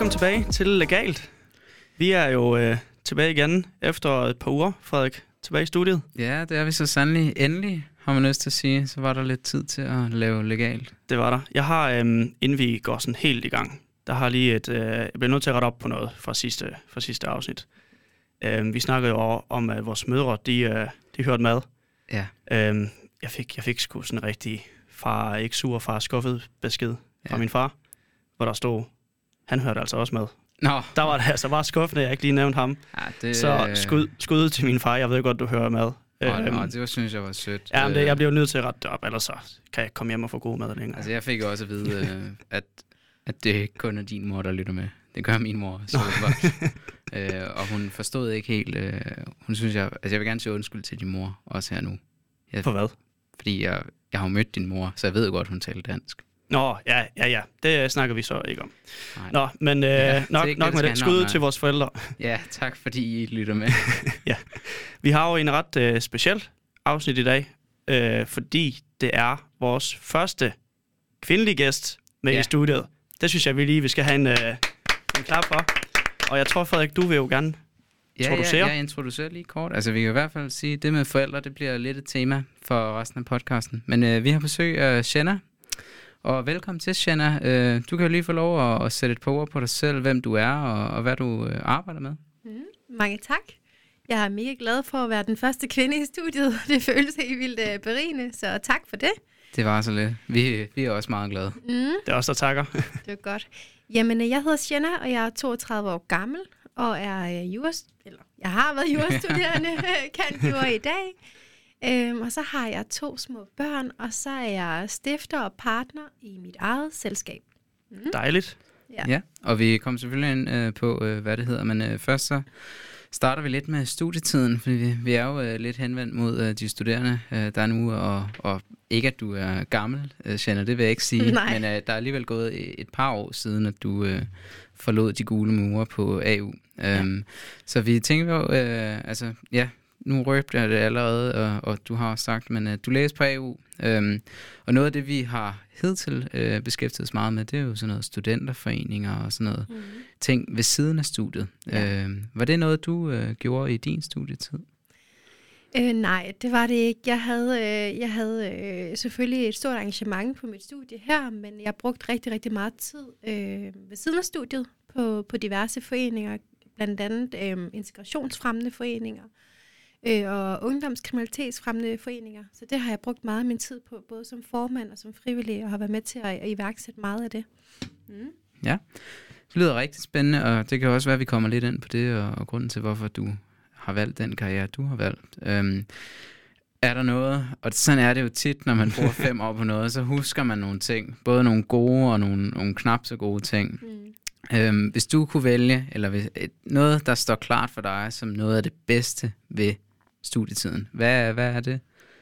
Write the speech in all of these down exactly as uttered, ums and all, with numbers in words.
Velkommen tilbage til Legalt. Vi er jo øh, tilbage igen efter et par uger, Frederik, tilbage i studiet. Ja, det er vi så sandelig. Endelig, har man lyst til at sige, så var der lidt tid til at lave Legalt. Det var der. Jeg har, øh, inden vi går sådan helt i gang, der har lige et, øh, jeg bliver nødt til at rette op på noget fra sidste, fra sidste afsnit. Øh, vi snakkede jo om, at vores mødre, de, øh, de hørte mad. Ja. Øh, jeg, fik, jeg fik sgu sådan en rigtig far, ikke sur, far skuffet besked fra Ja. min far, hvor der stod, han hørte altså også mad. Nå. Der var det altså bare skuffende, jeg ikke lige nævnte ham. Ja, det, Så skud, skud til min far, jeg ved godt, du hører mad. Åh, øhm, nå, det var, synes jeg var sødt. Ja, men det, jeg bliver nødt til at rette det op, ellers så kan jeg ikke komme hjem og få god mad længere. Altså, jeg fik også at vide, øh, at, at det ikke kun er din mor, der lytter med. Det gør min mor. Så øh, og hun forstod ikke helt. Øh, hun synes, jeg, altså jeg vil gerne sige undskyld til din mor, også her nu. Jeg, For hvad? Fordi jeg, jeg har jo mødt din mor, så jeg ved jo godt, hun taler dansk. Nå, ja, ja, ja. Det snakker vi så ikke om. Nej. Nå, men øh, Ja, nok, det nok det, med det. Skud til vores forældre. Ja, tak fordi I lytter med. Ja. Vi har jo en ret øh, speciel afsnit i dag, øh, fordi det er vores første kvindelige gæst med Ja. i studiet. Det synes jeg, vi lige vi skal have en, øh, en klap for. Og jeg tror, Frederik, du vil jo gerne Ja, introducere. ja, jeg introducerer lige kort. Altså, vi kan i hvert fald sige, at det med forældre, det bliver lidt et tema for resten af podcasten. Men øh, vi har besøg af Shanna. Og velkommen til, Shanna. Øh, du kan jo lige få lov at, at sætte et par ord på dig selv, hvem du er og, og hvad du øh, arbejder med. Mm, mange tak. Jeg er mega glad for at være den første kvinde i studiet. Det føles helt vildt uh, berigende, så tak for det. Det var så lidt. Vi, vi er også meget glade. Mm, Det er også der takker. det var godt. Jamen, jeg hedder Shanna, og jeg er toogtredive år gammel, og er uh, jurist, eller jeg har været jurastuderende, kan jura i dag. Øhm, og så har jeg to små børn, og så er jeg stifter og partner i mit eget selskab. Mm. Dejligt. Ja. Ja, og vi kommer selvfølgelig ind øh, på, øh, hvad det hedder. Men øh, først så starter vi lidt med studietiden, fordi vi, vi er jo øh, lidt henvendt mod øh, de studerende, øh, der er nu, og, og ikke at du er gammel, øh, Shanna, det vil jeg ikke sige, Nej. men øh, der er alligevel gået et par år siden, at du øh, forlod de gule mure på A U. Øhm, ja. Så vi tænker jo, øh, altså ja, nu røbte jeg det allerede, og, og du har også sagt, men uh, du læser på A U, øhm, og noget af det, vi har hidtil øh, beskæftiget os meget med, det er jo sådan noget studenterforeninger og sådan noget Mm. ting ved siden af studiet. Ja. Øhm, var det noget, du øh, gjorde i din studietid? Øh, nej, det var det ikke. Jeg havde, øh, jeg havde øh, selvfølgelig et stort engagement på mit studie her, men jeg brugte rigtig, rigtig meget tid øh, ved siden af studiet på, på diverse foreninger, blandt andet øh, integrationsfremmende foreninger øh, og ungdomskriminalitetsfremmende foreninger. Så det har jeg brugt meget af min tid på, både som formand og som frivillig, og har været med til at, at iværksætte meget af det. Mm. Ja, det lyder rigtig spændende, og det kan også være, at vi kommer lidt ind på det, og, og grunden til, hvorfor du har valgt den karriere, du har valgt. Øhm, er der noget, og sådan er det jo tit, når man bruger fem år på noget, så husker man nogle ting, både nogle gode og nogle, nogle knap så gode ting. Mm. Øhm, hvis du kunne vælge, eller hvis, et, noget, der står klart for dig, som noget af det bedste ved studietiden, hvad, hvad er det?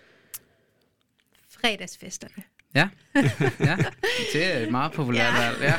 Fredagsfesterne. Ja, ja, det er et meget populært Ja. valg. Ja.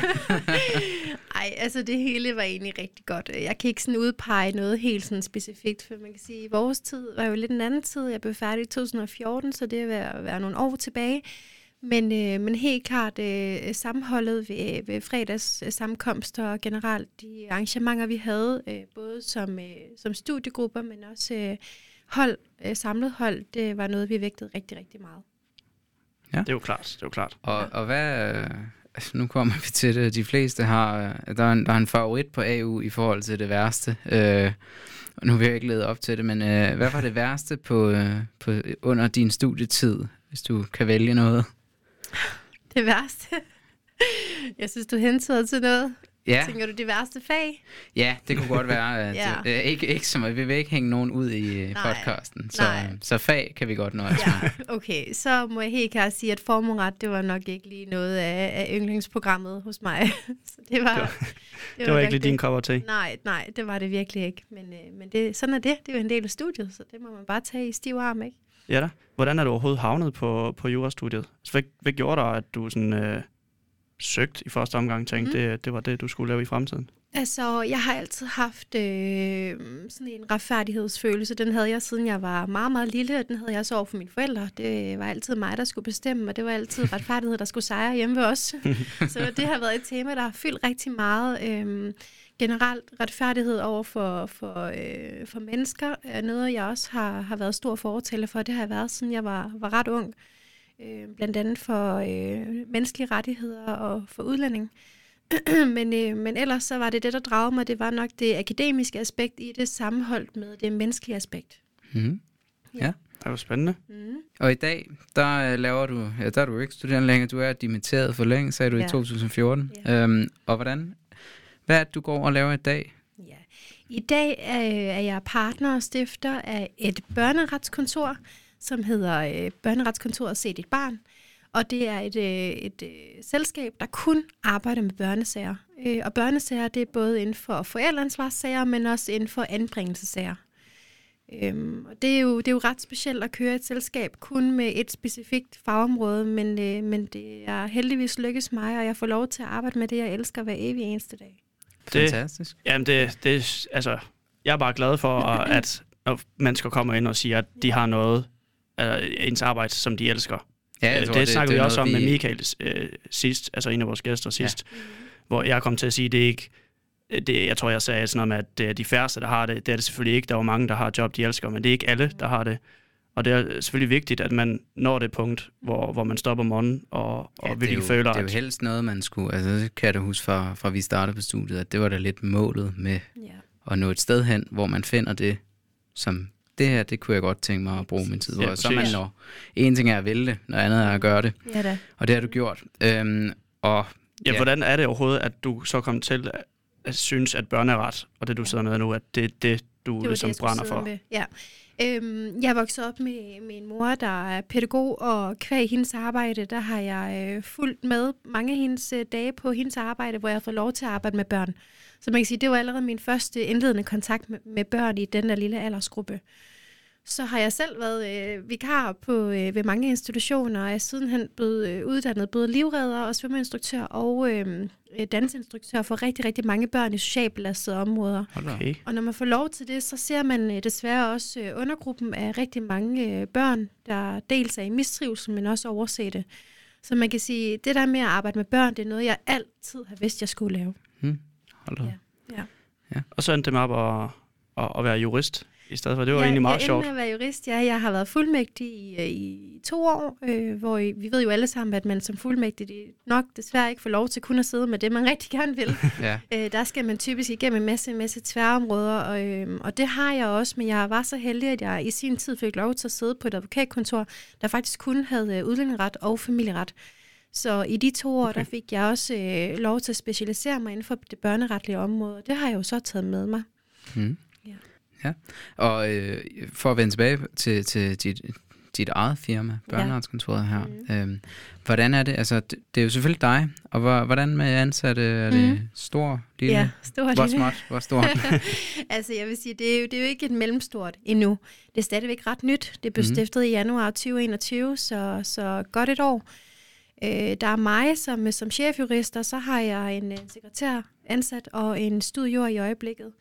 Ej, altså det hele var egentlig rigtig godt. Jeg kan ikke sådan udpege noget helt sådan specifikt, for man kan sige, at vores tid var jo lidt en anden tid. Jeg blev færdig i to tusind og fjorten, så det er ved at være nogle år tilbage. Men, øh, men helt klart øh, sammenholdet ved, ved fredags øh, sammenkomster og generelt de arrangementer, vi havde, øh, både som, øh, som studiegrupper, men også øh, hold, øh, samlet hold, det var noget, vi vægtede rigtig, rigtig meget. Ja. Det er jo klart, det er jo klart. Og, og hvad, øh, altså nu kommer vi til det, de fleste har, øh, der er, en, der er en favorit på A U i forhold til det værste, øh, og nu vil jeg ikke lede op til det, men øh, hvad var det værste på, øh, på, under din studietid, hvis du kan vælge noget? Det værste? Jeg synes, du hentyder til noget. Ja, Tænker du det værste fag? ja, det kunne godt være, at, Ja. øh, ikke, ikke som, vi vil ikke hænge nogen ud i øh, Nej, podcasten, så, nej. så fag kan vi godt nøjes Ja, med. okay. Så må jeg helt klart sige, at formueret, det var nok ikke lige noget af, af yndlingsprogrammet hos mig. Så det var, Det var- det Det var ikke nok lige din cover te. Nej, nej, det var det virkelig ikke. Men, øh, men det, sådan er det. Det er jo en del af studiet, så det må man bare tage i stiv arm, ikke? Ja da. Hvordan er du overhovedet havnet på, på jurastudiet? Altså, hvad, hvad gjorde der, at du sådan, øh, søgt i første omgang, tænkte, mm. det, det var det, du skulle lave i fremtiden? Altså, jeg har altid haft øh, sådan en retfærdighedsfølelse. Den havde jeg, siden jeg var meget, meget lille, og den havde jeg så over for mine forældre. Det var altid mig, der skulle bestemme, og det var altid retfærdighed, der skulle sejre hjemme ved os. Så det har været et tema, der har fyldt rigtig meget. Øh, generelt retfærdighed over for, for, øh, for mennesker er noget, jeg også har, har været stor fortaler for. Det har jeg været, siden jeg var, var ret ung. Øh, blandt andet for øh, menneskelige rettigheder og for udlænding. men, øh, men ellers så var det det, der dragede mig. Det var nok det akademiske aspekt i det, sammenholdt med det menneskelige aspekt. Mm. Ja. Det var spændende. Mm. Og i dag, der laver du, ja, der er du ikke studerende længere, du er dimitteret for længe, sagde du, ja. I to tusind og fjorten. Ja. Øhm, og hvordan, hvad er det, du går og laver i dag? Ja. I dag øh, er jeg partner og stifter af et børneretskontor, som hedder øh, Børneretskontoret Se Dit Barn. Og det er et, øh, et, et, et selskab, der kun arbejder med børnesager. Øh, og børnesager, det er både inden for forældreansvarssager, men også inden for anbringelsesager. Øhm, og det er, jo, det er jo ret specielt at køre et selskab kun med et specifikt fagområde, men, øh, men det er heldigvis lykkes mig, og jeg får lov til at arbejde med det, jeg elsker hver evig eneste dag. Det, Fantastisk. Jamen, det, det, altså, jeg er bare glad for, at når mennesker kommer ind og siger, at de har noget af ens arbejde, som de elsker. Ja, jeg tror, det, det snakker det, vi det også om vi... med Michael øh, sidst, altså en af vores gæster sidst, ja. Hvor jeg kom til at sige, det er ikke, det, jeg tror, jeg sagde sådan noget med, at det er de færreste, der har det. Det er det selvfølgelig ikke. Der er jo mange, der har et job, de elsker, men det er ikke alle, der har det. Og det er selvfølgelig vigtigt, at man når det punkt, hvor, hvor man stopper morgenen og, og ja, virkelig jo, føler, det er jo helst noget, man skulle, altså det kan jeg da huske fra, fra vi startede på studiet, at det var da lidt målet med ja. At nå et sted hen, hvor man finder det, som det her, det kunne jeg godt tænke mig at bruge min tid på. Ja, så man når, en ting er at vælge det, noget andet er at gøre det. Ja, da. Og det har du gjort. Øhm, og, ja, ja, hvordan er det overhovedet, at du så kom til at, at synes, at børneret, og det du sidder med nu, at det er det, du det ligesom det, brænder for? Med. Ja. Øhm, jeg voksede op med, med en mor, der er pædagog, og kvæg hendes arbejde, der har jeg øh, fulgt med mange af hendes øh, dage på hendes arbejde, hvor jeg har fået lov til at arbejde med børn. Så man kan sige, det var allerede min første indledende kontakt med, med børn i den der lille aldersgruppe. Så har jeg selv været øh, vikar på, øh, ved mange institutioner, og er sidenhen blevet øh, uddannet både livredder og svømmeinstruktør og øh, dansinstruktør for rigtig, rigtig mange børn i socialt belastede områder. Okay. Og når man får lov til det, så ser man øh, desværre også øh, undergruppen af rigtig mange øh, børn, der dels er i mistrivsel, men også oversete. Så man kan sige, det der med at arbejde med børn, det er noget, jeg altid har vidst, jeg skulle lave. Hmm. Hold da. Ja. Ja. Ja. Og så endte det med op at, at, at være jurist i stedet for. Det var ja, egentlig meget sjovt. Jeg endte med at være jurist, ja. Jeg har været fuldmægtig i, i to år, øh, hvor I, vi ved jo alle sammen, at man som fuldmægtig nok desværre ikke får lov til kun at sidde med det, man rigtig gerne vil. Ja. øh, der skal man typisk igennem en masse, masse tværområder, og, øh, og det har jeg også, men jeg var så heldig, at jeg i sin tid fik lov til at sidde på et advokatkontor, der faktisk kun havde udlændingeret og familieret. Så i de to år, okay. der fik jeg også øh, lov til at specialisere mig inden for det børneretlige område, og det har jeg jo så taget med mig. Hmm. Ja. Ja, og øh, for at vende tilbage til, til dit, dit eget firma, Børneretskontoret her, mm. øhm, hvordan er det, altså det, det er jo selvfølgelig dig, og hvor, hvordan med ansatte, er det mm. stor, lille? Ja, stor, hvor lille. Småt, hvor stort? Altså jeg vil sige, det er, jo, det er jo ikke et mellemstort endnu. Det er stadigvæk ret nyt. Det blev mm. stiftet i januar tyve enogtyve, så, så godt et år. Øh, der er mig som, som chefjurist, og så har jeg en, en sekretær ansat og en studiejord i øjeblikket.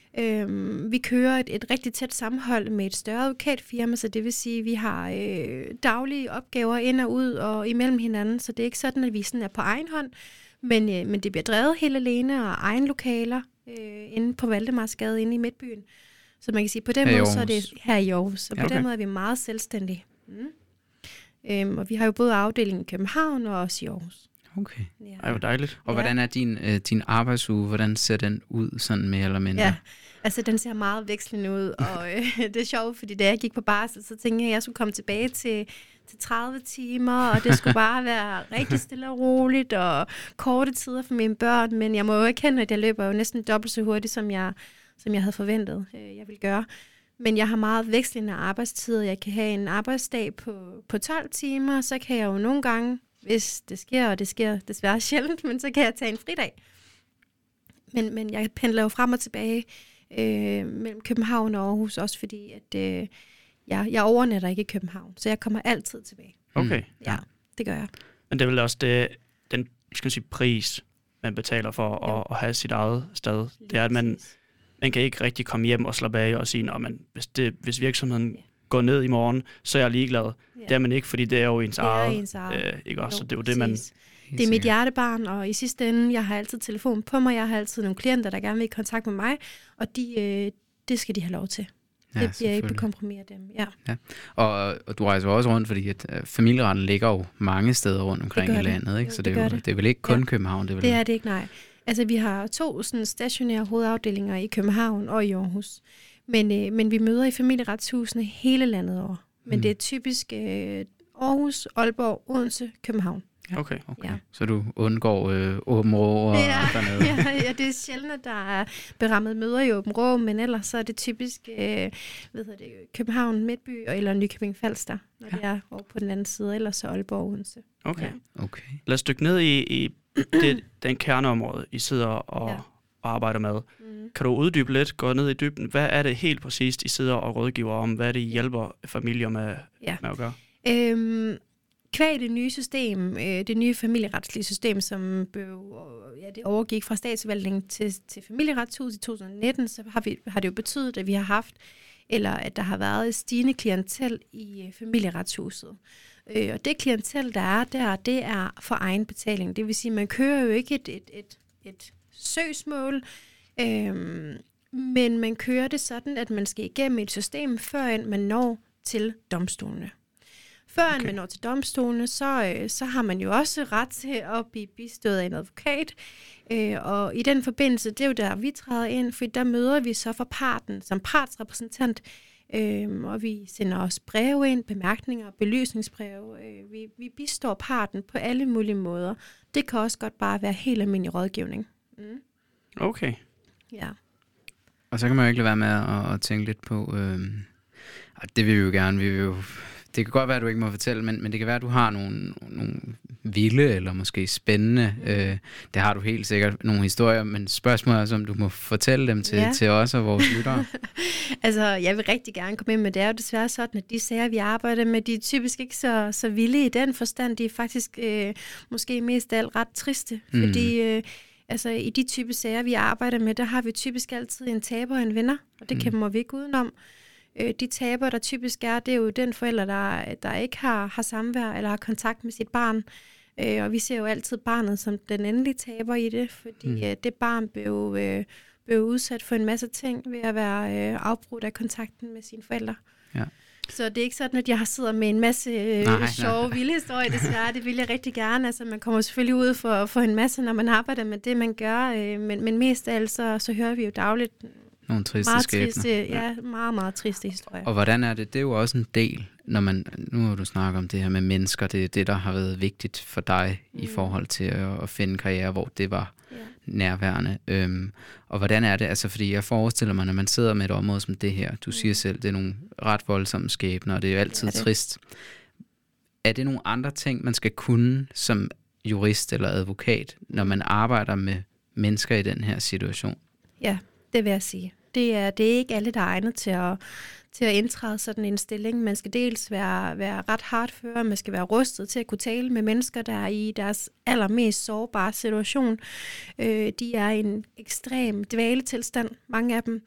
Øhm, vi kører et, et rigtig tæt sammenhold med et større advokatfirma, så det vil sige, at vi har øh, daglige opgaver ind og ud og imellem hinanden, så det er ikke sådan, at vi sådan er på egen hånd, men, øh, men det bliver drevet helt alene og egen lokaler øh, inde på Valdemarsgade inde i Midtbyen. Så man kan sige, på den måde, så er det her i Aarhus, så på ja, okay. den måde er vi meget selvstændige. Mm. Øhm, og vi har jo både afdelingen i København og også i Aarhus. Okay. Ja. Det er jo dejligt. Og ja. Hvordan er din, øh, din arbejdsuge? Hvordan ser den ud, sådan mere eller mindre? Ja, altså den ser meget vekslende ud, og øh, det er sjovt, fordi da jeg gik på barsel, så tænkte jeg, at jeg skulle komme tilbage til, til tredive timer, og det skulle bare være rigtig stille og roligt, og korte tider for mine børn, men jeg må jo erkende, at jeg løber jo næsten dobbelt så hurtigt, som jeg, som jeg havde forventet, øh, jeg ville gøre. Men jeg har meget vekslende arbejdstider. Jeg kan have en arbejdsdag på, på tolv timer, så kan jeg jo nogle gange, hvis det sker, og det sker desværre sjældent, men så kan jeg tage en fridag. Men, men jeg pendler jo frem og tilbage øh, mellem København og Aarhus, også fordi at, øh, jeg, jeg overnatter ikke i København, så jeg kommer altid tilbage. Okay. Ja, det gør jeg. Men det er vel også det, den skal man sige, pris, man betaler for at, at have sit eget sted. Det er, at man, man kan ikke rigtig komme hjem og slappe af og sige, at hvis, det, hvis virksomheden ja. går ned i morgen, så er jeg ligeglad. Ja. Det er man ikke, fordi det er jo ens eget. Ens eget. Øh, ikke også? Så det er jo det, man... Det er mit hjertebarn, og i sidste ende, jeg har altid telefon på mig, jeg har altid nogle klienter, der gerne vil i kontakt med mig, og de, øh, det skal de have lov til. Ja, det bliver ikke bekompromitere dem. Ja. Ja. Og, og du rejser også rundt, fordi at, uh, familieretten ligger jo mange steder rundt omkring i landet, ikke? Så det, det, er jo, det. det er vel ikke kun ja. København? Det er, vel... det er det ikke, nej. Altså, vi har to sådan, stationære hovedafdelinger i København og i Aarhus. Men, øh, men vi møder i familieretshusene hele landet over. Men mm. det er typisk øh, Aarhus, Aalborg, Odense, København. Ja. Okay, okay. Ja. Så du undgår øh, Åben Rå og ja, dernede? Ja, ja, det er sjældent, at der er berammet møder i Åben Rå, men ellers så er det typisk øh, hvad hedder det, København, Midtby eller Nykøbing Falster, når ja. det er over på den anden side, ellers så Aalborg, Odense. Okay. Ja. okay. Lad os dykke ned i, i det, den kerneområde, I sidder og, ja. og arbejder med. Mm. Kan du uddybe lidt, gå ned i dybden? Hvad er det helt præcist, I sidder og rådgiver om? Hvad er det, I hjælper familier med, ja. med at gøre? Øhm, Kvæg det nye system, øh, det nye familieretslige system, som blev, ja, det overgik fra statsforvaltningen til, til familieretshus i to tusind nitten, så har, vi, har det jo betydet, at vi har haft, eller at der har været et stigende klientel i øh, familieretshuset. Øh, og det klientel, der er der, det er for egen betaling. Det vil sige, man kører jo ikke et, et, et, et søgsmål, øh, men man kører det sådan, at man skal igennem et system, før man når til domstolene. Før okay. man når til domstolene, så, øh, så har man jo også ret til at blive bistået af en advokat. Øh, og i den forbindelse, det er jo der, vi træder ind, for der møder vi så for parten som partsrepræsentant, øh, og vi sender også breve ind, bemærkninger, belysningsbreve. Øh, vi, vi bistår parten på alle mulige måder. Det kan også godt bare være helt almindelig rådgivning. Mm. Okay. Ja. Og så kan man jo ikke lade være med at, at tænke lidt på, øh, det vil vi jo gerne, vi vil jo... Det kan godt være, at du ikke må fortælle, men, men det kan være, at du har nogle, nogle vilde eller måske spændende, mm. øh, det har du helt sikkert, nogle historier, men spørgsmålet er, om du må fortælle dem til, ja. til os og vores lyttere. Altså, jeg vil rigtig gerne komme ind med det. Det er jo desværre sådan, at de sager, vi arbejder med, de er typisk ikke så, så vilde i den forstand. De er faktisk øh, måske mest af alt ret triste, mm. fordi... Øh, Altså i de type sager, vi arbejder med, der har vi typisk altid en taber og en vinder, og det mm. kommer vi ikke udenom. De taber, der typisk er, det er jo den forælder, der, der ikke har, har samvær eller har kontakt med sit barn. Øh, og vi ser jo altid barnet som den endelige taber i det, fordi mm. øh, det barn blev, øh, blev udsat for en masse ting ved at være øh, afbrudt af kontakten med sine forældre. Ja. Så det er ikke sådan, at jeg har siddet med en masse øh, nej, sjove, nej. vilde historier, desværre. Det vil jeg rigtig gerne. Altså, man kommer selvfølgelig ud for, for en masse, når man arbejder med det, man gør. Øh, men, men mest af alt, så, så hører vi jo dagligt nogle triste meget skæbner. Triste, ja, meget, meget triste historier. Og hvordan er det? Det er jo også en del, når man, nu har du snakket om det her med mennesker, det er det, der har været vigtigt for dig mm. i forhold til at, at finde karriere, hvor det var ja. nærværende. Øhm, og hvordan er det? Altså, fordi jeg forestiller mig, når man sidder med et område som det her, du mm. siger selv, det er nogle ret voldsomme skæbner, og det er jo altid er trist. Er det nogle andre ting, man skal kunne som jurist eller advokat, når man arbejder med mennesker i den her situation? Ja, det vil jeg sige. Det er, det er ikke alle, der er egnet til at, til at indtræde sådan en stilling. Man skal dels være, være ret hardfører, man skal være rustet til at kunne tale med mennesker, der er i deres allermest sårbare situation. Øh, de er i en ekstrem dvaletilstand, mange af dem,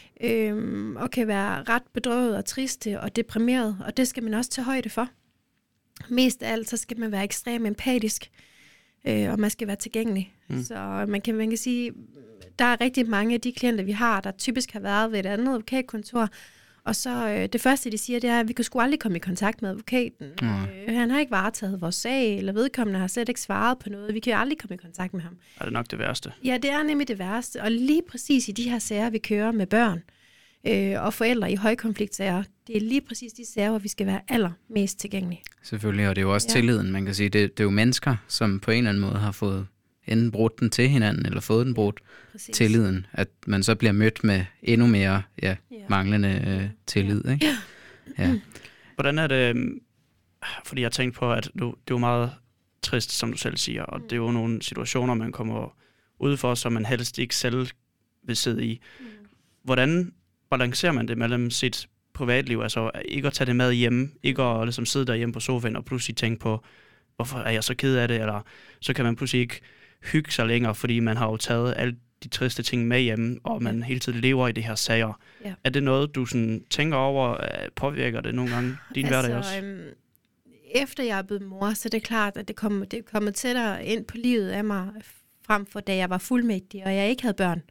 øh, og kan være ret bedrøvet og triste og deprimeret, og det skal man også tage højde for. Mest af alt, så skal man være ekstremt empatisk, øh, og man skal være tilgængelig. Mm. Så man kan, man kan sige, der er rigtig mange af de klienter, vi har, der typisk har været ved et andet advokatkontor, og så øh, det første, de siger, det er, at vi kan sgu aldrig komme i kontakt med advokaten. Mm. Øh, han har ikke varetaget vores sag, eller vedkommende har slet ikke svaret på noget. Vi kan aldrig komme i kontakt med ham. Er det nok det værste? Ja, det er nemlig det værste. Og lige præcis i de her sager, vi kører med børn øh, og forældre i højkonfliktsager, det er lige præcis de sager, hvor vi skal være allermest tilgængelige. Selvfølgelig, og det er jo også ja. tilliden. Man kan sige, det, det er jo mennesker, som på en eller anden måde har fået enten brudt den til hinanden, eller fået den brudt ja, tilliden, at man så bliver mødt med endnu mere ja, ja. manglende øh, tillid. Ikke? Ja. Ja. Hvordan er det, fordi jeg tænkte på, at du, det er jo meget trist, som du selv siger, og det er jo nogle situationer, man kommer ud for, som man helst ikke selv vil sidde i. Hvordan balancerer man det mellem sit privatliv, altså ikke at tage det med hjem, ikke at ligesom sidde derhjemme på sofaen og pludselig tænke på, hvorfor er jeg så ked af det, eller så kan man pludselig ikke hygge sig længere, fordi man har jo taget alle de triste ting med hjemme, og man ja. hele tiden lever i de her sager. Ja. Er det noget, du sådan tænker over, påvirker det nogle gange din altså, hverdag også? Øhm, efter jeg er blevet mor, så er det klart, at det kommer, det kommer tættere ind på livet af mig, frem for da jeg var fuldmægtig, og jeg ikke havde børn.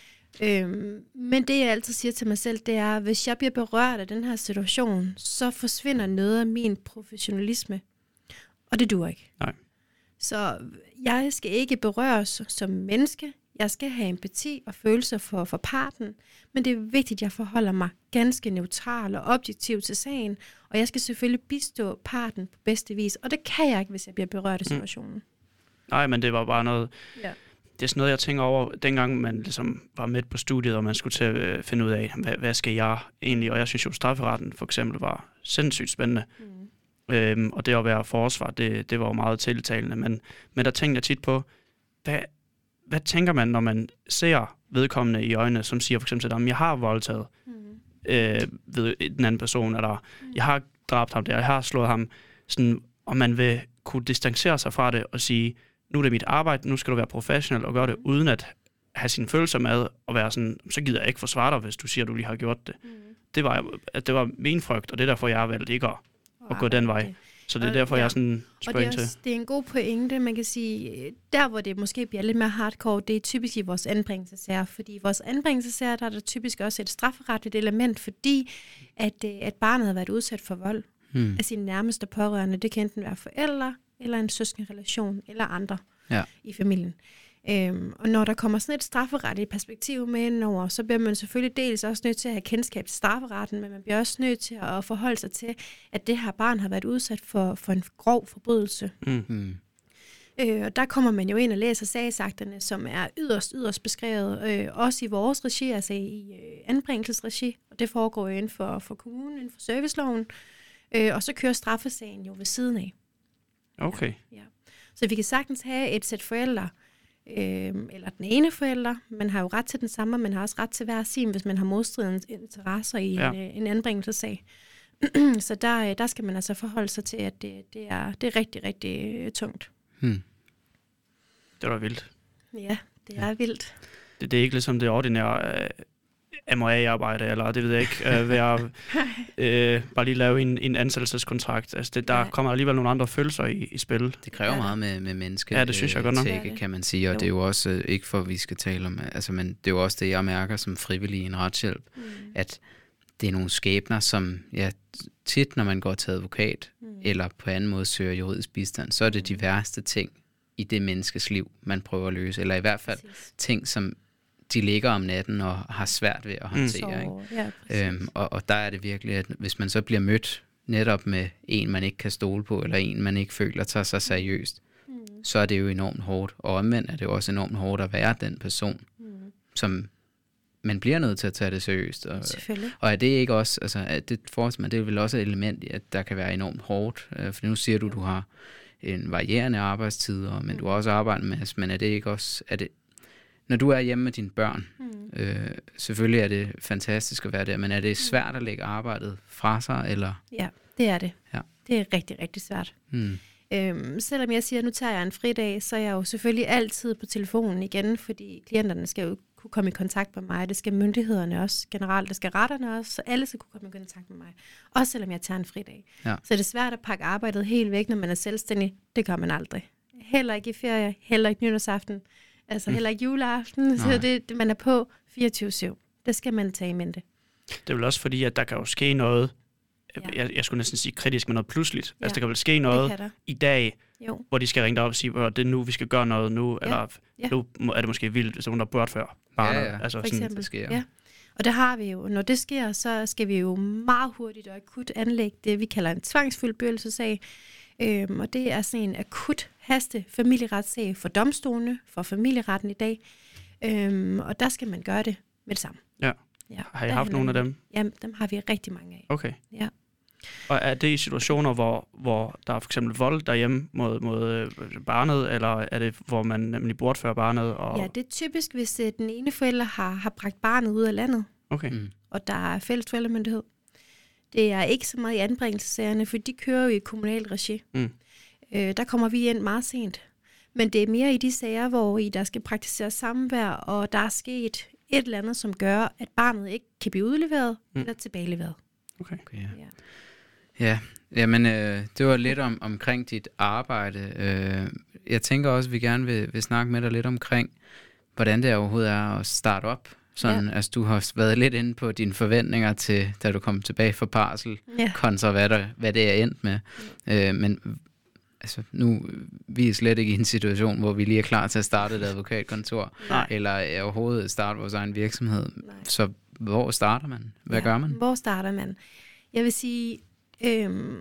Øhm, men det, jeg altid siger til mig selv, det er, at hvis jeg bliver berørt af den her situation, så forsvinder noget af min professionalisme. Og det duer ikke. Nej. Så jeg skal ikke berøres som menneske. Jeg skal have empati og følelser for, for parten. Men det er vigtigt, at jeg forholder mig ganske neutral og objektiv til sagen. Og jeg skal selvfølgelig bistå parten på bedste vis. Og det kan jeg ikke, hvis jeg bliver berørt af situationen. Mm. Nej, men det var bare noget... Ja. Det er sådan noget, jeg tænker over, dengang man ligesom var midt på studiet, og man skulle til at finde ud af, hvad, hvad skal jeg egentlig? Og jeg synes jo, strafferetten for eksempel var sindssygt spændende. Mm. Øhm, og det at være forsvar, det, det var jo meget tiltalende. Men, men der tænkte jeg tit på, hvad, hvad tænker man, når man ser vedkommende i øjnene, som siger for eksempel til dem, jeg har voldtaget mm. øh, ved den anden person, eller mm. jeg har dræbt ham der, jeg har slået ham. Sådan, og man vil kunne distancere sig fra det og sige, nu er det mit arbejde, nu skal du være professionel og gøre det uden at have sine følelser med og være sådan, så gider jeg ikke forsvare dig, hvis du siger, at du lige har gjort det. Mm. Det var, at det var min frygt, og det er derfor, jeg har valgt ikke at, at gå den vej. Så det er derfor, ja. jeg sådan spørger ind til. Det er en god pointe, man kan sige, der hvor det måske bliver lidt mere hardcore, det er typisk i vores anbringelsesager, fordi i vores anbringelsesager, der er der typisk også et strafferetligt element, fordi at, at barnet har været udsat for vold hmm. af sine nærmeste pårørende. Det kan enten være forældre, eller en søskenrelation, eller andre ja. i familien. Øhm, og når der kommer sådan et strafferetligt perspektiv med indover, så bliver man selvfølgelig dels også nødt til at have kendskab til strafferetten, men man bliver også nødt til at forholde sig til, at det her barn har været udsat for, for en grov forbrydelse. Mm. Øh, og der kommer man jo ind og læser sagsakterne, som er yderst, yderst beskrevet, øh, også i vores regi, altså i øh, anbringelsesregi, og det foregår jo inden for, for kommunen, inden for serviceloven, øh, og så kører straffesagen jo ved siden af. Okay. Ja, ja. Så vi kan sagtens have et sæt forældre, øh, eller den ene forælder, man har jo ret til den samme, men har også ret til hver sin, hvis man har modstridende interesser i ja. en, en anbringelsessag. Så der, der skal man altså forholde sig til, at det, det, er, det er rigtig, rigtig tungt. Hmm. Det var vildt. Ja, det er ja. vildt. Det, det er ikke ligesom det ordinære uh, M og A-arbejde, eller det ved jeg ikke, uh, være, uh, bare lige lave en, en ansættelseskontrakt. Altså det, der ja. kommer alligevel nogle andre følelser i, i spil. Det kræver ja. meget med, med menneske. Ja, det synes jeg godt nok. Tække, kan man sige, og jo. det er jo også, uh, ikke for at vi skal tale om, altså, men det er jo også det, jeg mærker som frivillig i en retshjælp, mm. at det er nogle skæbner, som ja, tit, når man går til advokat, mm. eller på anden måde søger juridisk bistand, så er det de værste ting i det menneskes liv, man prøver at løse. Eller i hvert fald præcis. ting, som de ligger om natten og har svært ved at håndtere. Mm. Ikke? Ja, øhm, og, og der er det virkelig, at hvis man så bliver mødt netop med en, man ikke kan stole på, eller en, man ikke føler tager sig seriøst, mm. så er det jo enormt hårdt. Og omvendt er det jo også enormt hårdt at være den person, mm. som man bliver nødt til at tage det seriøst. Og, og er det ikke også, altså er det, for, det er vel også et element i, at der kan være enormt hårdt. For nu siger du, du har en varierende arbejdstid, men mm. du har også arbejdet med, men er det ikke også, er det, når du er hjemme med dine børn, mm. øh, selvfølgelig er det fantastisk at være der, men er det svært at lægge arbejdet fra sig, eller? Ja, det er det. Ja. Det er rigtig, rigtig svært. Mm. Øhm, selvom jeg siger, at nu tager jeg en fridag, så er jeg jo selvfølgelig altid på telefonen igen, fordi klienterne skal jo kunne komme i kontakt med mig. Det skal myndighederne også generelt, det skal retterne også, så alle skal kunne komme i kontakt med mig. Også selvom jeg tager en fridag. Ja. Så er det svært at pakke arbejdet helt væk, når man er selvstændig. Det gør man aldrig. Heller ikke i ferie, heller ikke nytårsaften, altså mm. heller ikke juleaften. Nej. Så det, det, man er på fireogtyve syv. Det skal man tage i mente. Det er vel også fordi, at der kan jo ske noget, ja. jeg, jeg skulle næsten sige kritisk, men noget pludseligt. Ja. Altså der kan vel ske noget i dag, jo. hvor de skal ringe dig op og sige, at det er nu, vi skal gøre noget nu, ja. eller ja. nu er det måske vildt, hvis nogen der burde før barnet. Ja, ja. Altså, for eksempel. Sådan, det sker. Ja. Og det har vi jo. Når det sker, så skal vi jo meget hurtigt og akut anlægge det, vi kalder en tvangsfuldbyrdelsessag. Øhm, og det er sådan en akut haste familieretssag for domstolene, for familieretten i dag. Øhm, og der skal man gøre det med det samme. Ja. Ja, har I haft nogle af dem? Jamen, dem har vi rigtig mange af. Okay. Ja. Og er det i situationer, hvor, hvor der er for eksempel vold derhjemme mod, mod barnet, eller er det, hvor man nemlig bortfører barnet? Og... Ja, det er typisk, hvis den ene forælder har, har bragt barnet ud af landet, okay. mm. og der er fælles forældremyndighed. Det er ikke så meget i anbringelsessagerne, for de kører jo i kommunal regi. Mm. Øh, der kommer vi ind meget sent. Men det er mere i de sager, hvor I der skal praktisere samvær, og der er sket et eller andet, som gør, at barnet ikke kan blive udleveret mm. eller tilbageleveret. Okay. okay ja. Ja. Ja, jamen, øh, det var lidt om, omkring dit arbejde. Øh, jeg tænker også, at vi gerne vil, vil snakke med dig lidt omkring, hvordan det overhovedet er at starte op. Sådan, ja. Altså, du har været lidt inde på dine forventninger til, da du kom tilbage fra barsel, ja. kontra hvad, der, hvad det er endt med. Ja. Øh, men altså, nu vi er slet ikke i en situation, hvor vi lige er klar til at starte et advokatkontor, Nej. eller overhovedet starte vores egen virksomhed. Nej. Så hvor starter man? Hvad ja. gør man? Hvor starter man? Jeg vil sige, øhm,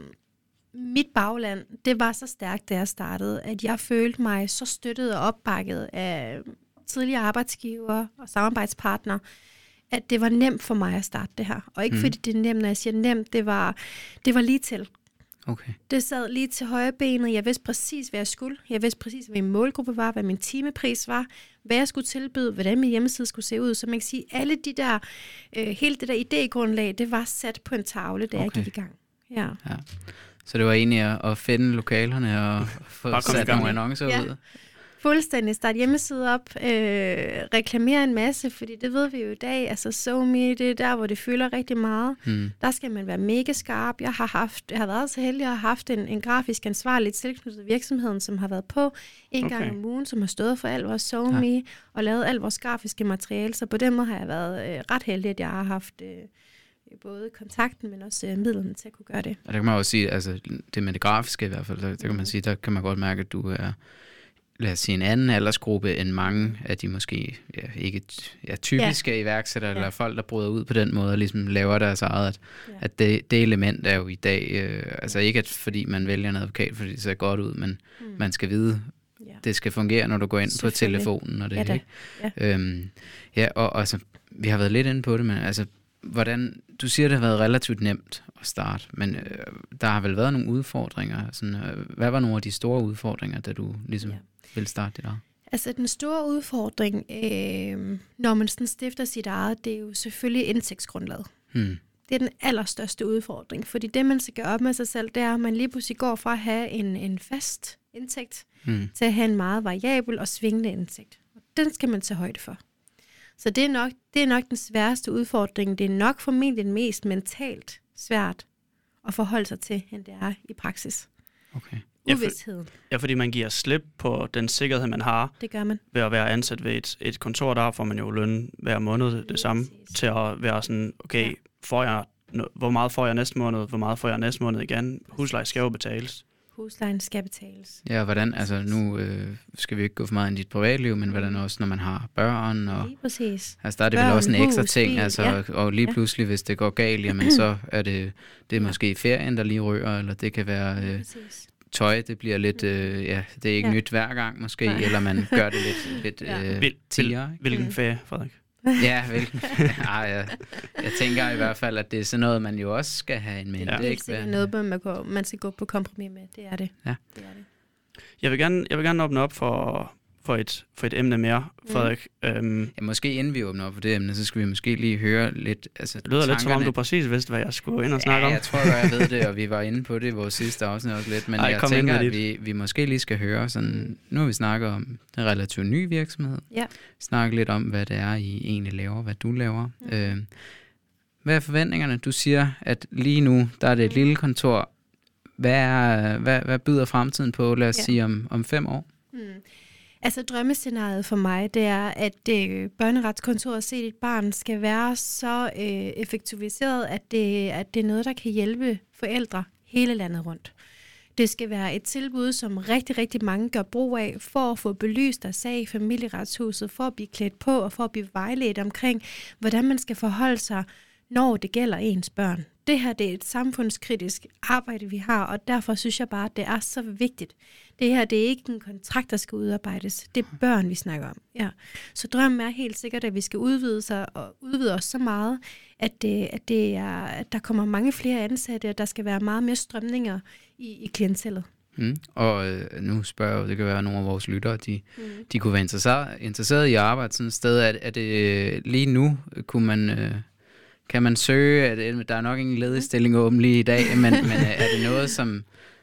mit bagland, det var så stærkt, da jeg startede, at jeg følte mig så støttet og opbakket af tidligere arbejdsgiver og samarbejdspartnere, at det var nemt for mig at starte det her. Og ikke mm. fordi det er nemt, når jeg siger nemt, det var, det var lige til. Okay. Det sad lige til højre benet. Jeg vidste præcis, hvad jeg skulle. Jeg vidste præcis, hvad min målgruppe var, hvad min timepris var, hvad jeg skulle tilbyde, hvordan min hjemmeside skulle se ud. Så man kan sige, alle de der, øh, hele det der idégrundlag, det var sat på en tavle, da okay. jeg gik i gang. Ja. Ja. Så det var egentlig at, at finde lokalerne og få sat nogle annoncer ja. ud? Fuldstændig. Start hjemmeside op, øh, reklamere en masse, fordi det ved vi jo i dag, altså SoMe, det er der, hvor det fylder rigtig meget. Hmm. Der skal man være mega skarp. Jeg har, haft, jeg har været så heldig at have haft en, en grafisk ansvarlig tilknyttet virksomheden, som har været på en okay. gang om ugen, som har stået for alt vores SoMe ja. og lavet alt vores grafiske materiale, så på den måde har jeg været øh, ret heldig, at jeg har haft øh, både kontakten, men også øh, midlerne til at kunne gøre det. Og der kan man også sige, altså det med det grafiske i hvert fald, der, der kan man sige, der kan man godt mærke, at du er lad os sige, en anden aldersgruppe end mange af de måske ja, ikke ja, typiske ja. iværksættere, ja. eller folk, der bryder ud på den måde og ligesom laver deres eget. At, ja. at det, det element er jo i dag, øh, altså ikke at fordi man vælger en advokat, fordi det ser godt ud, men mm. man skal vide, ja. det skal fungere, når du går ind på telefonen. Og det, ja, ikke? Ja. Øhm, ja, og altså, vi har været lidt inde på det, men altså, hvordan, du siger, det har været relativt nemt at starte, men øh, der har vel været nogle udfordringer. Sådan, øh, hvad var nogle af de store udfordringer, da du ligesom ja. vil starte det der? Altså den store udfordring, øh, når man sådan stifter sit eget, det er jo selvfølgelig indtægtsgrundlaget. Hmm. Det er den allerstørste udfordring, fordi det, man skal gøre op med sig selv, det er, at man lige pludselig går fra at have en, en fast indtægt, hmm. til at have en meget variabel og svingende indtægt. Og den skal man tage højde for. Så det er, nok, det er nok den sværeste udfordring. Det er nok formentlig den mest mentalt svært at forholde sig til, end det er i praksis. Okay. Uvidsheden. Ja, fordi man giver slip på den sikkerhed, man har. Det gør man. Ved at være ansat ved et, et kontor, der får man jo løn hver måned det, det samme. Præcis. Til at være sådan, okay, ja. får jeg, hvor meget får jeg næste måned, hvor meget får jeg næste måned igen. Husleje skal jo betales. Huslejen skal betales. Ja, hvordan, altså nu øh, skal vi ikke gå for meget ind i dit privatliv, men hvordan også, når man har børn. Og, lige præcis. Altså der er det børn, vel også en ekstra hus, ting, altså, ja. og lige pludselig, hvis det går galt, jamen så er det, det er måske ferien, der lige rører, eller det kan være øh, tøj, det bliver lidt, øh, ja, det er ikke ja. nyt hver gang måske, Nej. eller man gør det lidt, lidt ja. øh, tiere. Hvilken ferie, Frederik? Ja, hvilken Ej, ja. Jeg tænker i hvert fald, at det er sådan noget, man jo også skal have en mente. Ja. Det er ikke noget, man, går, man skal gå på kompromis med. Det er det. Ja. det, er det. Jeg vil gerne, jeg vil gerne åbne op for, for, et, for et emne mere, Frederik. Mm. Øhm, ja, måske inden vi åbner op for det emne, så skal vi måske lige høre lidt... Altså, det lyder tankerne. lidt som om, du præcis vidste, hvad jeg skulle ind og snakke ja, om. jeg tror godt, jeg ved det, og vi var inde på det i vores sidste afsnit også lidt. Men Ej, jeg tænker, at vi, vi måske lige skal høre sådan... Nu har vi snakket om en relativt ny virksomhed. Ja. Snakke lidt om, hvad det er, I egentlig laver, hvad du laver. Mm. Øh, hvad er forventningerne? Du siger, at lige nu, der er det et lille kontor. Hvad, er, hvad, hvad byder fremtiden på, lad os ja. sige, om, om fem år? Mm. Altså drømmescenariet for mig, det er, at øh, børneretskontoret set et barn skal være så øh, effektiviseret, at det, at det er noget, der kan hjælpe forældre hele landet rundt. Det skal være et tilbud, som rigtig, rigtig mange gør brug af, for at få belyst deres sag i familieretshuset, for at blive klædt på og for at blive vejledt omkring, hvordan man skal forholde sig, når det gælder ens børn. Det her det er et samfundskritisk arbejde, vi har, og derfor synes jeg bare, at det er så vigtigt. Det her det er ikke en kontrakt, der skal udarbejdes. Det er børn, vi snakker om. Ja. Så drømmen er helt sikkert, at vi skal udvide sig og udvide os så meget, at, det, at, det er, at der kommer mange flere ansatte, og der skal være meget mere strømninger i, i klientellet. Mm. Og øh, nu spørger jeg, det kan være, at nogle af vores lyttere, de, mm. de kunne være interesseret, interesseret i at arbejde sådan et sted. Er, er det lige nu, kunne man... Øh, Kan man søge, at der er nok ingen ledig stilling åben lige i dag, men, men er det noget, som,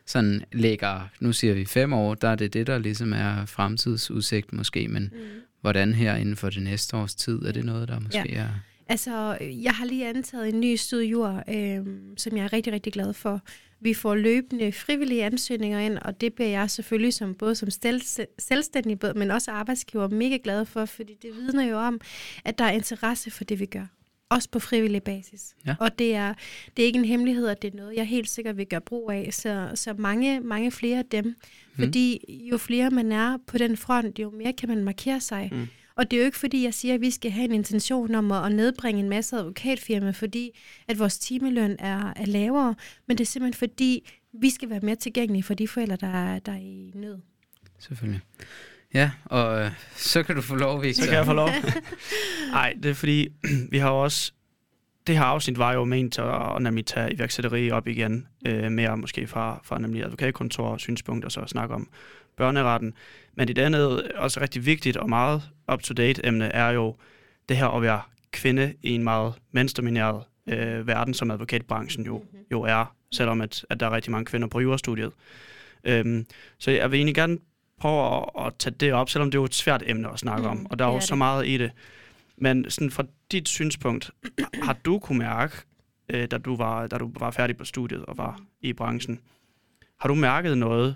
sådan lægger, nu siger vi fem år, der er det det, der ligesom er fremtidsudsigt måske, men mm. hvordan her inden for det næste års tid, er det noget, der måske ja. er... Altså, jeg har lige antaget en ny studiejord, øh, som jeg er rigtig, rigtig glad for. Vi får løbende frivillige ansøgninger ind, og det bliver jeg selvfølgelig som både som selvstændig, men også arbejdsgiver mega glad for, fordi det vidner jo om, at der er interesse for det, vi gør. Også på frivillig basis. Ja. Og det er, det er ikke en hemmelighed, at det er noget, jeg helt sikkert vil gøre brug af. Så, så mange, mange flere af dem. Mm. Fordi jo flere man er på den front, jo mere kan man markere sig. Mm. Og det er jo ikke fordi, jeg siger, at vi skal have en intention om at nedbringe en masse advokatfirmaer, fordi at vores timeløn er, er lavere. Men det er simpelthen fordi, vi skal være mere tilgængelige for de forældre, der er, der er i nød. Selvfølgelig. Ja, og øh, så kan du få lov, Victor. Så kan jeg få lov. Nej, det er fordi, vi har også... Det her afsnit var jo ment til at, at nemlig tage iværksætteri op igen, øh, mere måske fra, fra nemlig advokatkontor og synspunkt, og så snakke om børneretten. Men det andet også rigtig vigtigt og meget up-to-date emne er jo det her at være kvinde i en meget mandsdomineret øh, verden, som advokatbranchen jo, jo er, selvom at, at der er rigtig mange kvinder på jurastudiet. Øhm, så jeg vil egentlig gerne prøve at, at tage det op, selvom det er jo et svært emne at snakke mm, om, og der er jo så meget i det. Men sådan fra dit synspunkt, har du kunne mærke, øh, da, du var, da du var færdig på studiet og var i branchen, har du mærket noget,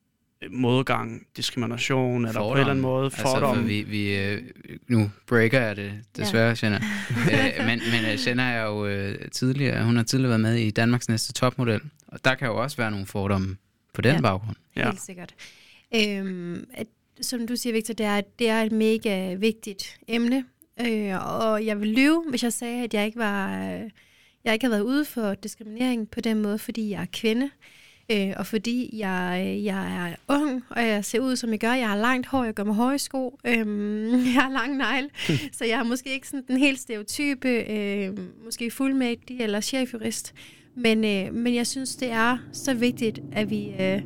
modgang, diskrimination, eller fordom. På en eller anden måde fordom? Altså, vi, vi, øh, nu breaker jeg det desværre, ja. Jenna. øh, men men Jenna er jo øh, tidligere, hun har tidligere været med i Danmarks næste topmodel, og der kan jo også være nogle fordomme på den ja, baggrund. Helt ja. sikkert. Øhm, at, som du siger, Victor, det er, det er et mega vigtigt emne, øh, og jeg vil lyve, hvis jeg sagde, at jeg ikke var, øh, jeg ikke har været ude for diskriminering på den måde, fordi jeg er kvinde. Øh, og fordi jeg, jeg er ung, og jeg ser ud, som jeg gør. Jeg har langt hår, jeg går med høje sko. Øhm, jeg har lang negl, så jeg er måske ikke sådan den helt stereotype, øh, måske fuldmægtig eller chefjurist. Men, øh, men jeg synes, det er så vigtigt, at vi øh,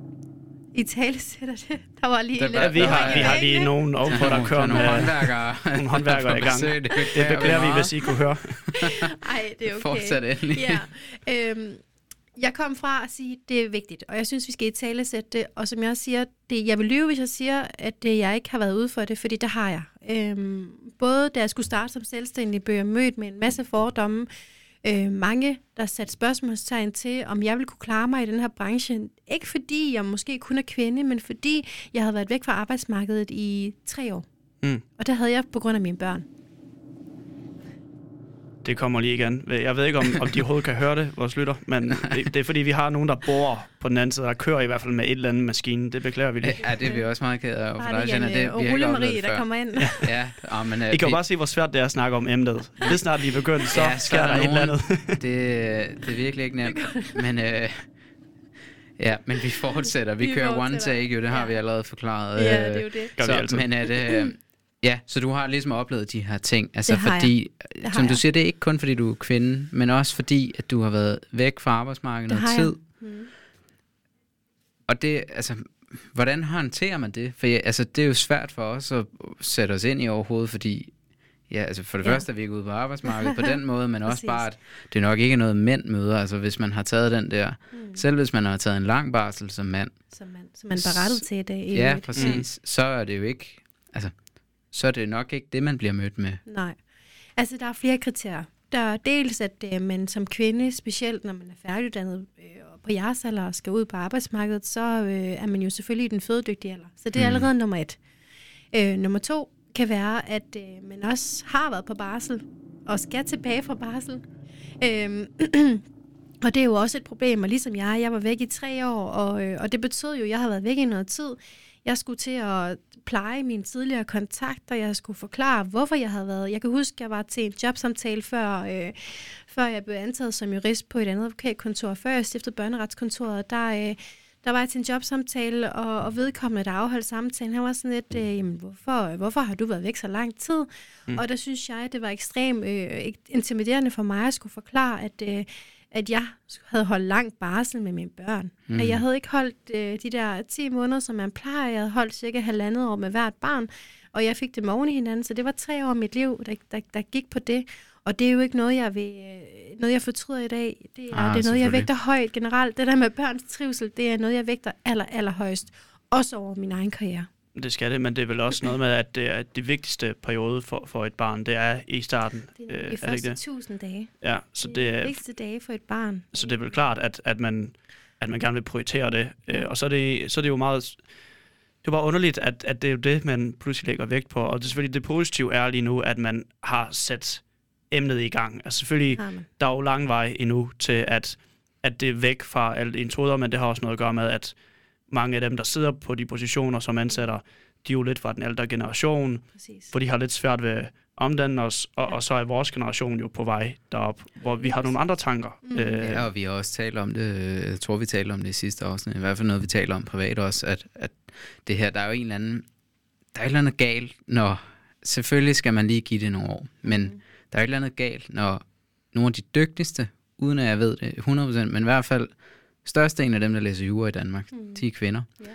i tale sætter det. Der var lige der, lidt... Ja, vi har, vi har lige nogen ovenpå, der kører nogle håndværkere, nogle håndværkere i gang. Det, det beklager vi, hvis I kunne høre. Ej, det er okay. Fortsæt endelig. Ja, øhm, Jeg kom fra at sige, at det er vigtigt, og jeg synes, vi skal i tale sætte det. Og som jeg siger, det, jeg vil lyve, hvis jeg siger, at jeg ikke har været ude for det, fordi det har jeg. Øhm, både da jeg skulle starte som selvstændig, blev jeg mødt med en masse fordomme. Øh, mange, der satte spørgsmålstegn til, om jeg ville kunne klare mig i den her branche. Ikke fordi jeg måske kun er kvinde, men fordi jeg havde været væk fra arbejdsmarkedet i tre år. Mm. Og det havde jeg på grund af mine børn. Det kommer lige igen. Jeg ved ikke, om, om de overhovedet kan høre det, vores lytter, men det, det er fordi, vi har nogen, der bor på den anden side, der kører i hvert fald med et eller andet maskine. Det beklager vi lige. Ja, det er vi også meget ked af. Bare det, det, og Rulle Marie, der kommer ind. Ja, ja, men, I kan jo bare se, hvor svært det er at snakke om emnet. Det snart vi er begyndt, så ja, sker der, der et eller andet. det, det er virkelig ikke nemt. Men, øh, ja, men vi fortsætter. Vi, vi kører one take, jo, det har ja. vi allerede forklaret. Ja, det er jo det. Så, men at... Øh, Ja, så du har ligesom oplevet de her ting, altså fordi, som du siger, det er ikke kun fordi du er kvinde, men også fordi, at du har været væk fra arbejdsmarkedet noget tid. Mm. Og det, altså, hvordan håndterer man det? For ja, altså, det er jo svært for os at sætte os ind i overhovedet, fordi, ja, altså for det ja. første er vi ikke ude på arbejdsmarkedet på den måde, men også bare, at det nok ikke er noget mænd møder, altså hvis man har taget den der, mm. selv hvis man har taget en lang barsel som mand. Som mand, som man er berettet til i dag. Ja, præcis. Mm. Så er det jo ikke, altså, så er det nok ikke det, man bliver mødt med. Nej. Altså, der er flere kriterier. Der er dels, at øh, man som kvinde, specielt når man er færdiguddannet øh, på jeres alder og skal ud på arbejdsmarkedet, så øh, er man jo selvfølgelig i den fødedygtige alder. Så det er mm. allerede nummer et. Øh, nummer to kan være, at øh, man også har været på barsel og skal tilbage fra barsel. Øh, og det er jo også et problem, og ligesom jeg, jeg var væk i tre år, og, øh, og det betød jo, at jeg har været væk i noget tid. Jeg skulle til at pleje mine tidligere kontakter, jeg skulle forklare, hvorfor jeg havde været. Jeg kan huske, at jeg var til en jobsamtale, før, øh, før jeg blev antaget som jurist på et andet advokatkontor. Før jeg stiftede børneretskontoret, der, øh, der var jeg til en jobsamtale, og, og vedkommende, der afholdt samtalen, han var sådan lidt, øh, jamen, hvorfor, hvorfor har du været væk så lang tid? Mm. Og der synes jeg, at det var ekstremt øh, intimiderende for mig at skulle forklare, at... Øh, at jeg havde holdt lang barsel med mine børn. Mm. At jeg havde ikke holdt øh, de der ti måneder, som man plejer. Jeg havde holdt cirka halvandet år med hvert barn. og jeg fik dem oven i hinanden, så det var tre år af mit liv, der, der, der gik på det. Og det er jo ikke noget, jeg vil, noget jeg fortryder i dag. Det er, ah, det er noget, jeg vægter højt generelt. Det der med børns trivsel, det er noget, jeg vægter aller, aller højst. Også over min egen karriere. Det skal det, men det er vel også noget med, at det er det vigtigste periode for, for et barn, det er i starten. Det er de øh, første er tusind dage. Ja, så det, det er er de vigtigste dage for et barn. Så det er vel klart, at, at, man, at man gerne vil prioritere det. Øh, og så er det, så er det jo meget... Det er bare underligt, at, at det er jo det, man pludselig lægger vægt på. Og det er selvfølgelig det positive er lige nu, at man har sat emnet i gang. Altså selvfølgelig, der er jo lang vej endnu til, at, at det er væk fra alt introder, men det har også noget at gøre med, at mange af dem, der sidder på de positioner som ansætter, de er jo lidt fra den ældre generation, Præcis. Hvor de har lidt svært ved at omdanne os, og, ja. og så er vores generation jo på vej derop, hvor vi har nogle andre tanker. Mm. Øh, ja, og vi har også talt om det, jeg tror vi talte om det i sidste afsnit, i hvert fald noget vi taler om privat også, at, at det her, der er jo en eller anden, der er et eller andet galt, når, selvfølgelig skal man lige give det nogle år, men mm. der er et eller andet galt, når nogle af de dygtigste, uden at jeg ved det hundrede procent, men i hvert fald størstedelen af dem, der læser jura i Danmark, mm. de er kvinder. Yeah.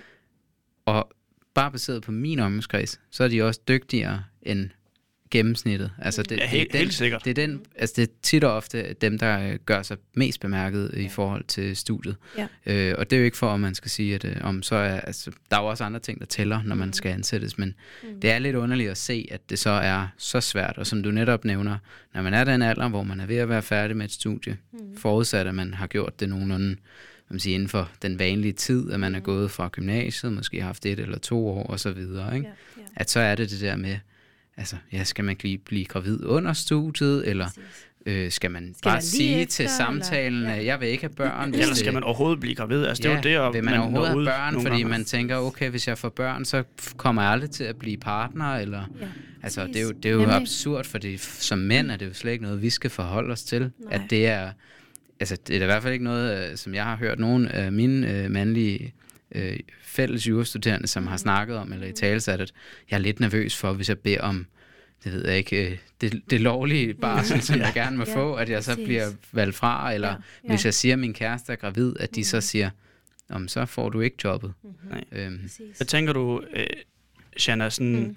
Og bare baseret på min omgangskreds, så er de også dygtigere end gennemsnittet. Altså det, ja, det, helt, den, helt sikkert. Det er, den, altså det er tit og ofte dem, der gør sig mest bemærket i forhold til studiet. Ja. Øh, og det er jo ikke for, at man skal sige, at øh, om så er, altså, der er jo også andre ting, der tæller, når man skal ansættes, men mm. det er lidt underligt at se, at det så er så svært, og som du netop nævner, når man er den alder, hvor man er ved at være færdig med et studie, mm. forudsat, at man har gjort det nogenlunde man siger, inden for den vanlige tid, at man er gået fra gymnasiet, måske har haft et eller to år, og så videre, ikke? Ja, ja. At så er det det der med, altså, ja, skal man blive, blive gravid under studiet, eller øh, skal man skal bare sige efter, til samtalen, at ja. jeg vil ikke have børn? Eller skal man overhovedet blive gravid? Altså, det ja, er jo det, vil man, man overhovedet have børn, fordi gange. Man tænker, okay, hvis jeg får børn, så kommer jeg aldrig til at blive partner, eller... Ja. Altså, det er jo, det er jo absurd, fordi som mænd er det jo slet ikke noget, vi skal forholde os til, Nej. At det er... Altså, det er i hvert fald ikke noget, som jeg har hørt nogen af mine øh, mandlige øh, fælles jurastuderende, som har snakket om, eller i talesat, at jeg er lidt nervøs for, hvis jeg beder om, det ved jeg ikke, øh, det, det lovlige barsel, som jeg gerne må ja, få, at jeg så bliver valgt fra, eller ja, ja. Hvis jeg siger, at min kæreste er gravid, at de mm. så siger, om så får du ikke jobbet. Mm-hmm. Øhm. Hvad tænker du, øh, Shanna, sådan mm.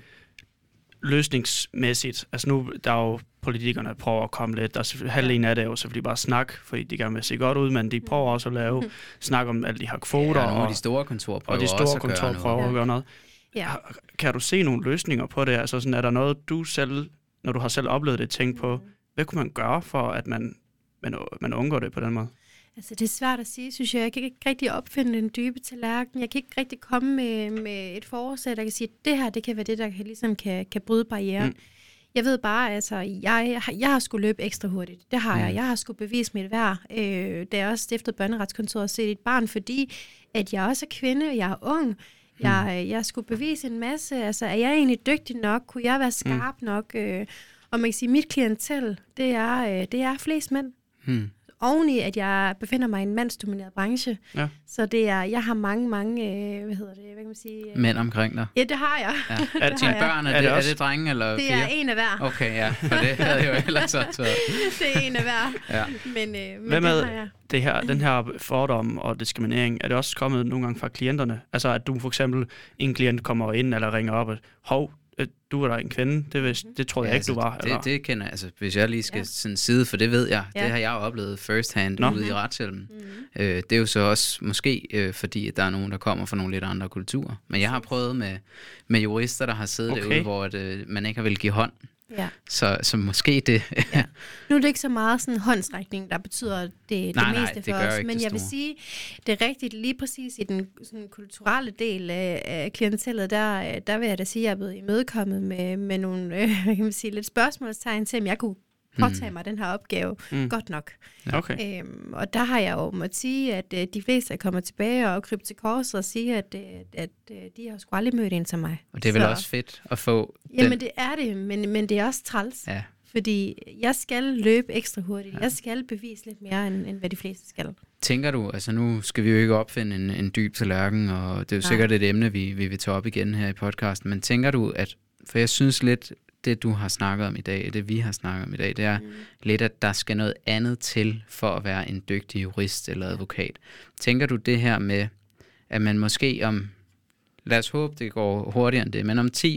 løsningsmæssigt? Altså nu, der er jo politikerne prøver at komme lidt, altså halvdelen af det er jo selvfølgelig bare snak, fordi de gerne vil se godt ud, men de prøver også at lave snak om alle de her kvoter, ja, og, og de store kontorer prøver og de store også kontorer at gøre prøver noget. at gøre noget. Ja. Kan du se nogle løsninger på det? Altså sådan, er der noget, du selv, når du har selv oplevet det, tænkt på, hvad kunne man gøre for, at man, man, man undgår det på den måde? Altså, det er svært at sige, synes jeg. Jeg kan ikke rigtig opfinde den dybe tallerken. Jeg kan ikke rigtig komme med, med et forsæt, der kan sige, at det her, det kan være det, der kan, ligesom kan, kan bryde barrieren. Mm. Jeg ved bare, altså, jeg, jeg har skulle løbe ekstra hurtigt. Det har mm. jeg. Jeg har skulle bevise mit værd. Øh, da jeg også stiftede børneretskontoret og set et barn, fordi at jeg også er kvinde, jeg er ung. Jeg, jeg skulle bevise en masse. Altså, er jeg egentlig dygtig nok? Kunne jeg være skarp mm. nok? Øh, og man kan sige, at mit klientel, det er, det er flest mænd. Mm. Oveni, at jeg befinder mig i en mandsdomineret branche. Ja. Så det er, jeg har mange, mange, øh, hvad hedder det, hvad kan man sige? Øh, Mænd omkring dig? Ja, det har jeg. Ja. Er det dine børn, er, er, det, er det drenge eller det piger? Det er en af hver. Okay, ja, for det havde jeg jo ellers også været. Det er en af hver. Ja. Men, øh, men hvad med det har jeg. Det her, den her fordom og diskriminering, er det også kommet nogle gange fra klienterne? Altså, at du for eksempel, en klient kommer ind eller ringer op, og hov, du er der en kvinde, det, vidste, det tror jeg ja, ikke, altså, du var. Det, det kender jeg, altså hvis jeg lige skal ja. sådan side, for det ved jeg, ja. det har jeg jo oplevet first hand Nå. ude i retshjælpen. Mm-hmm. Øh, det er jo så også måske, øh, fordi at der er nogen, der kommer fra nogle lidt andre kulturer. Men jeg har prøvet med, med jurister, der har siddet okay. derude, hvor at, øh, man ikke har vil give hånd. Ja. Så, så måske det... ja. Nu er det ikke så meget sådan håndsrækning, der betyder det, det nej, meste nej, for det os. Men jeg vil sige, det er rigtigt lige præcis i den sådan, kulturelle del af, af klientellet, der, der vil jeg da sige, at jeg er blevet imødekommet med, med nogle øh, kan man sige, lidt spørgsmålstegn til, om jeg kunne påtage mm. mig den her opgave mm. godt nok. Okay. Øhm, og der har jeg jo måttet sige, at øh, de fleste kommer tilbage og kryber til korset og siger, at, øh, at øh, de har sgu aldrig mødt en som mig. Og det er vel så, også fedt at få... Jamen den... det er det, men, men det er også træls. Ja. Fordi jeg skal løbe ekstra hurtigt. Ja. Jeg skal bevise lidt mere, end, end hvad de fleste skal. Tænker du, altså nu skal vi jo ikke opfinde en, en dyb tallerken, og det er jo Nej. sikkert et emne, vi, vi vil tage op igen her i podcasten, men tænker du, at... For jeg synes lidt... det, du har snakket om i dag, det vi har snakket om i dag, det er mm. lidt, at der skal noget andet til for at være en dygtig jurist eller advokat. Tænker du det her med, at man måske om, lad os håbe, det går hurtigere end det, men om ti år,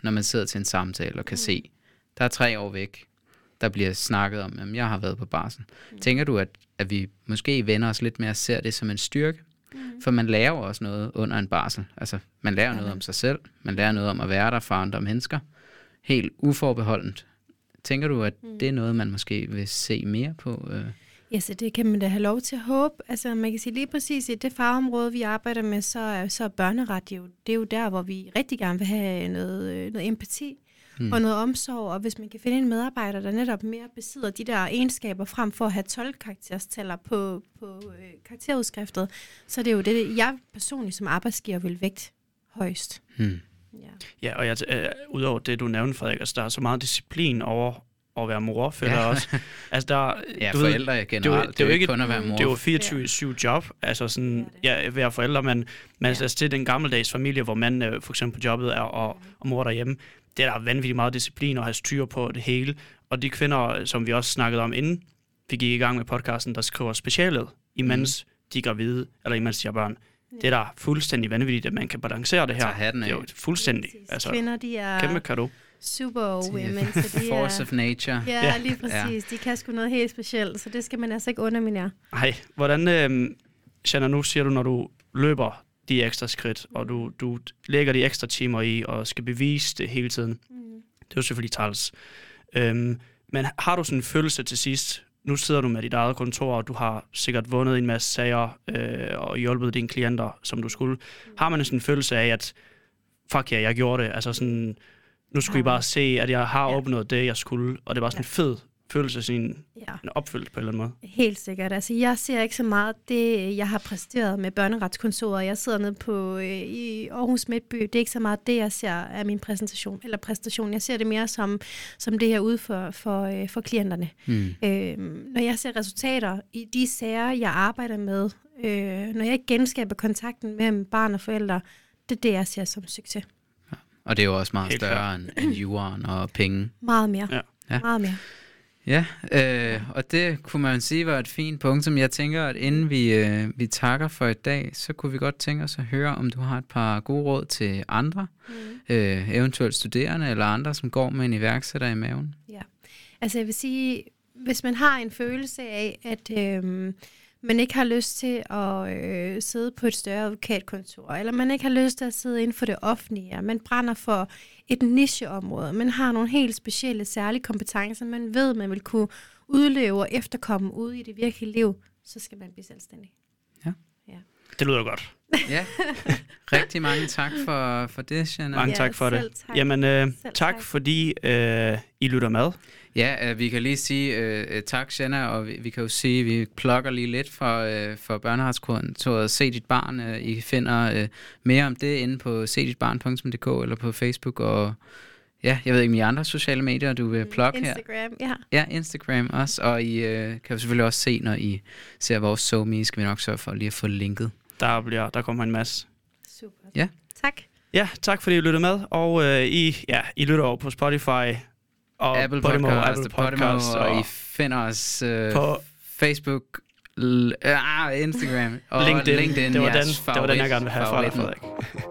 når man sidder til en samtale og kan mm. se, der er tre år væk, der bliver snakket om, at jeg har været på barsel. Mm. Tænker du, at, at vi måske vender os lidt mere og ser det som en styrke? Mm. For man lærer jo også noget under en barsel. Altså, man lærer ja. noget om sig selv, man lærer noget om at være der for andre mennesker, helt uforbeholdent. Tænker du, at mm. det er noget, man måske vil se mere på? Øh? Ja, så det kan man da have lov til at håbe. Altså, man kan sige lige præcis, i det fagområde, vi arbejder med, så er, så er børneret jo, det er jo der, hvor vi rigtig gerne vil have noget, noget empati mm. og noget omsorg, og hvis man kan finde en medarbejder, der netop mere besidder de der egenskaber, frem for at have tolv karakterstaller på, på øh, karakterudskriftet, så det er jo det, jeg personligt som arbejdsgiver vil vægte højst. Mm. Ja. Ja, og jeg, øh, udover det, du nævnte, Frederik, altså, der er så meget disciplin over at være mor, føler jeg også. Altså, der, ja, du forældre ved, generelt, det er jo, det er jo ikke kun at være mor. Det er jo fireogtyve syv job, altså sådan, ja, at være forældre, men, men ja. altså, til den gammeldags familie, hvor man øh, for eksempel på jobbet er, og, og mor derhjemme, det er der vanvittigt meget disciplin og have styr på det hele. Og de kvinder, som vi også snakkede om inden vi gik i gang med podcasten, der skriver specialet, imens mm. de er gravide, eller imens de har børn. Ja. Det er der fuldstændig vanvittigt, at man kan balancere det her. Det er jo fuldstændig. Altså, kvinder, de er kæmpe kado. Super women. Så de force er, of nature. Ja, ja, lige præcis. Ja. De kan sgu noget helt specielt, så det skal man altså ikke underminere. Hej, hvordan, øh, Shanna, nu siger du, når du løber de ekstra skridt, og du, du lægger de ekstra timer i, og skal bevise det hele tiden. Mm. Det er jo selvfølgelig træls. Øhm, men har du sådan en følelse til sidst, nu sidder du med dit eget kontor, og du har sikkert vundet en masse sager, øh, og hjulpet dine klienter, som du skulle. Mm. Har man sådan en følelse af, at fuck ja, jeg gjorde det, altså sådan, nu skulle I bare se, at jeg har ja. opnået det, jeg skulle, og det var sådan en fed følelse, sådan ja. en opfyldt på en eller anden måde. Helt sikkert. Altså, jeg ser ikke så meget det, jeg har præsteret med børneretskontoret. Jeg sidder nede på, øh, i Aarhus Midtby. Det er ikke så meget det, jeg ser af min præsentation, eller præstation. Jeg ser det mere som, som det her ude for, for, øh, for klienterne. Mm. Øh, når jeg ser resultater i de sager, jeg arbejder med, øh, når jeg genskaber kontakten mellem barn og forældre, det er det, jeg ser som succes. Ja. Og det er jo også meget Helt større end, end juraen og penge. Meget mere. Ja. Ja. Meget mere. Ja, øh, og det kunne man sige var et fint punkt, som jeg tænker, at inden vi, øh, vi takker for i dag, så kunne vi godt tænke os at høre, om du har et par gode råd til andre, mm. øh, eventuelt studerende eller andre, som går med en iværksætter i maven. Ja, altså jeg vil sige, hvis man har en følelse af, at øh, man ikke har lyst til at øh, sidde på et større advokatkontor, eller man ikke har lyst til at sidde inden for det offentlige, man brænder for et nicheområde, man har nogle helt specielle, særlige kompetencer, man ved, man vil kunne udleve og efterkomme ude i det virkelige liv, så skal man blive selvstændig. Ja. Ja. Det lyder godt. Ja, rigtig mange tak for, for det, Shanna. Mange tak for ja, det. Tak. Jamen, øh, tak, tak fordi øh, I lytter med. Ja, øh, vi kan lige sige øh, tak, Shanna, og vi, vi kan jo sige, at vi plukker lige lidt for, øh, for børneretskontoret Se Dit Barn. Øh, I finder øh, mere om det inde på se dit barn punktum d k eller på Facebook, og ja, jeg ved ikke, om I andre sociale medier, du vil plukke her. Instagram, ja. Ja, Instagram også, og I øh, kan jo selvfølgelig også se, når I ser vores SoMe, skal vi nok sørge for lige at få linket. Der, bliver, der kommer en masse. Super. Ja. Tak. Ja, tak fordi I lyttede med, og øh, I, ja, I lytter over på Spotify, og Apple Podimo, Podcast, Apple Podcast, og, og, og I finder os øh, på Facebook, l- ah, Instagram og LinkedIn. LinkedIn. Det var, jeres den, det var den, jeg gerne vil have fra dig, favoritten. Frederik.